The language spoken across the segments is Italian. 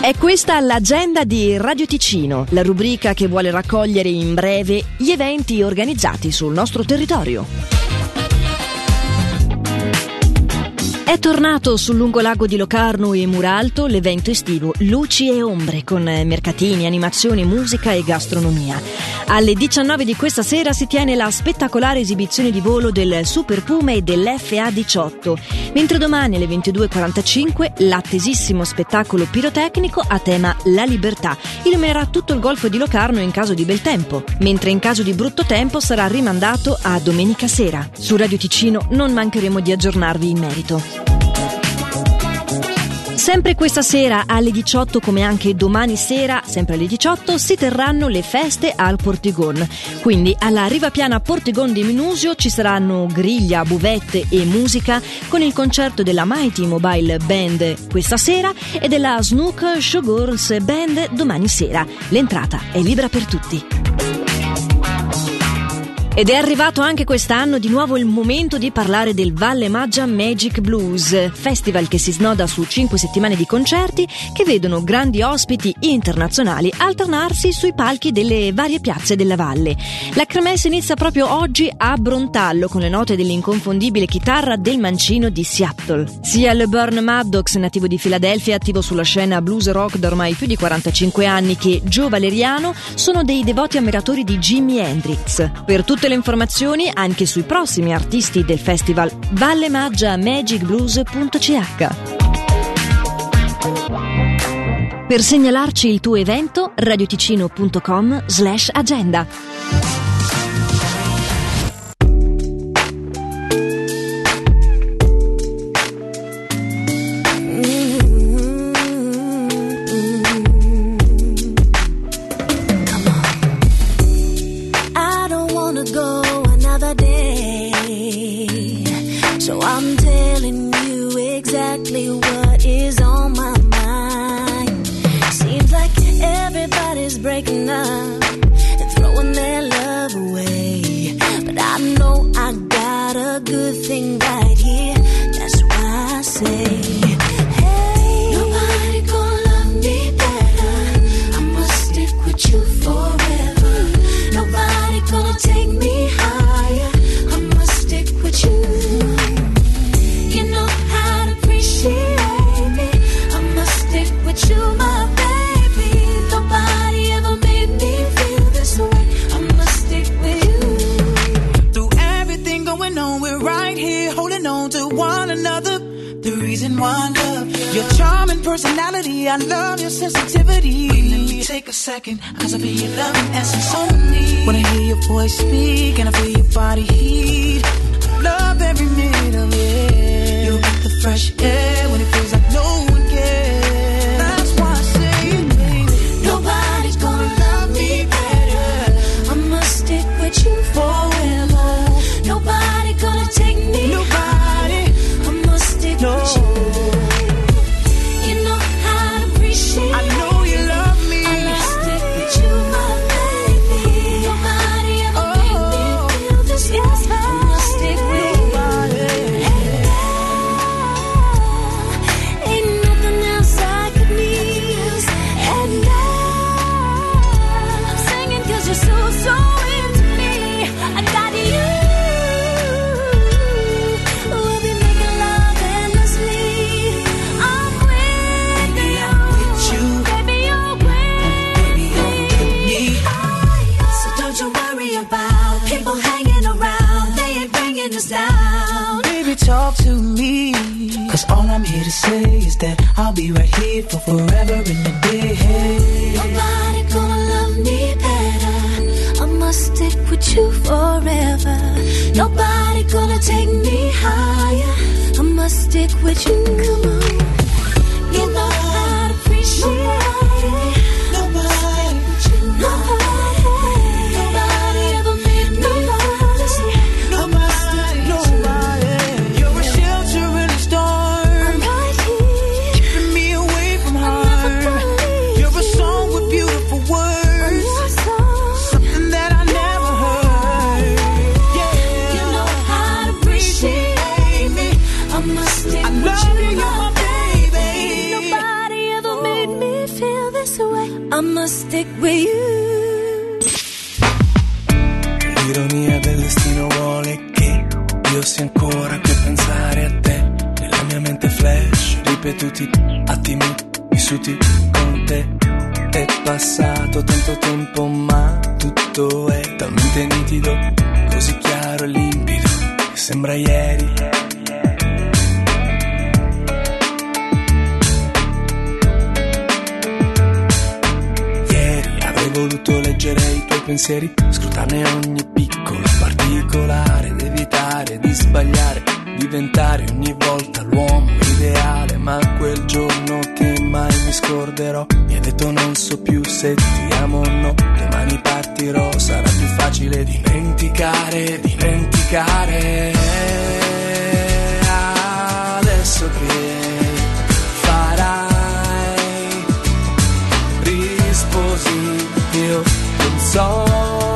È questa l'agenda di Radio Ticino, la rubrica che vuole raccogliere in breve gli eventi organizzati sul nostro territorio. È tornato sul lungolago di Locarno e Muralto l'evento estivo Luci e Ombre, con mercatini, animazioni, musica e gastronomia. Alle 19 di questa sera si tiene la spettacolare esibizione di volo del Super Puma e dell'FA-18, mentre domani alle 22.45 l'attesissimo spettacolo pirotecnico a tema La Libertà illuminerà tutto il golfo di Locarno in caso di bel tempo, mentre in caso di brutto tempo sarà rimandato a domenica sera. Su Radio Ticino non mancheremo di aggiornarvi in merito. Sempre questa sera alle 18, come anche domani sera, sempre alle 18, si terranno le feste al Portigon. Quindi alla Riva Piana Portigon di Minusio ci saranno griglia, buvette e musica, con il concerto della Mighty Mobile Band questa sera e della Snook Showgirls Band domani sera. L'entrata è libera per tutti. Ed è arrivato anche quest'anno di nuovo il momento di parlare del Valle Maggia Magic Blues, festival che si snoda su 5 settimane di concerti che vedono grandi ospiti internazionali alternarsi sui palchi delle varie piazze della valle. La kermesse inizia proprio oggi a Brontallo con le note dell'inconfondibile chitarra del mancino di Seattle. Sia LeBurn Maddox, nativo di Filadelfia, attivo sulla scena blues rock da ormai più di 45 anni, che Joe Valeriano sono dei devoti ammiratori di Jimi Hendrix. Per tutte le informazioni anche sui prossimi artisti del festival vallemaggiamagicblues.ch. Per segnalarci il tuo evento radioticino.com/agenda. So I'm telling you exactly what is on my mind. Seems like everybody's breaking up and throwing their love away, but I know I got a good thing right here. That's why I say, hey, nobody gonna love me better. I must stick with you forever. Nobody gonna take me higher. I must stick with you. You, my baby, nobody ever made me feel this way. I must stick with you. Through everything going on, we're right here holding on to one another. The reason why I love you, your charming personality, I love your sensitivity. Wait, let me take a second, cause I feel your loving essence on me. When I hear your voice speak and I feel your body heat, I love every minute of it. You got the fresh air when it feels like no one cares. You forever. Nobody gonna take me. Nobody. I must stick with you. You know how to appreciate. I know you love me. I must stick with you, my baby. Nobody ever made me feel this way. I must stick with you. Ain't nothing else I could need. And I'm singing 'cause you're so I got you. We'll be making love endlessly. I'm with you. Baby, you're with me. So don't you worry about people hanging around. They ain't bringing us down. Baby, talk to me, 'cause all I'm here to say is that I'll be right here for forever and a day. Nobody gonna love me better. I must stick with you forever. Nobody gonna take me higher. I must stick with you. Come on. You know how to appreciate. Nobody with you. Nobody ever made me feel this way. Nobody. You're a shelter in a storm. I'm right here. Keeping me away from harm. You're a song with beautiful words. I must stick with you. I love you, you're my baby. must stick with you. L'ironia del destino vuole che io sia ancora qui a pensare a te. Nella mia mente flash, ripetuti attimi vissuti con te. È passato tanto tempo ma tutto è talmente nitido, così chiaro e limpido, che sembra ieri. Ieri avrei voluto leggere i tuoi pensieri, scrutarne ogni piccolo particolare, ed evitare di sbagliare, diventare ogni volta l'uomo ideale. Ma quel giorno che mai mi scorderò mi ha detto non so più se ti amo o no. Domani partirò, sarà più facile dimenticare. Adesso che farai? Risposi, io non so.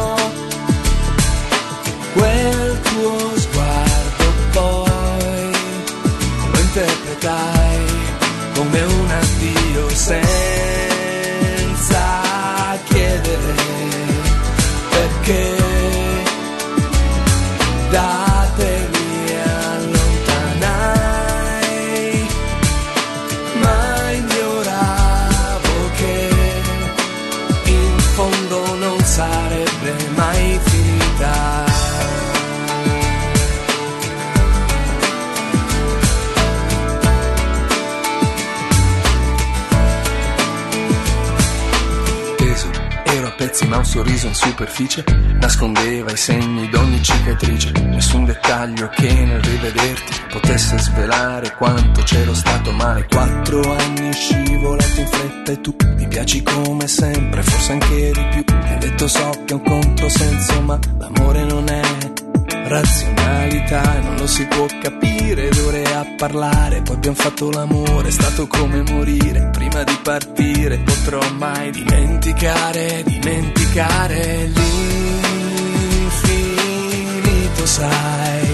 Quel tuo sguardo poi lo interpretai come un addio senza chiedere perché. Da te mi allontanai, ma ignoravo che in fondo non sarebbe mai finita. Pezzi, ma un sorriso in superficie nascondeva i segni d'ogni cicatrice. Nessun dettaglio che nel rivederti potesse svelare quanto c'ero stato male. 4 anni scivolati in fretta e tu mi piaci come sempre, forse anche di più. Mi hai detto so che è un controsenso, ma l'amore non è razionalità, non lo si può capire d'ore a parlare. Poi abbiamo fatto l'amore, è stato come morire. Prima di partire potrò mai dimenticare l'infinito. Sai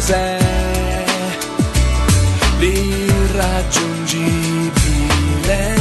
cos'è? L'irraggiungibile.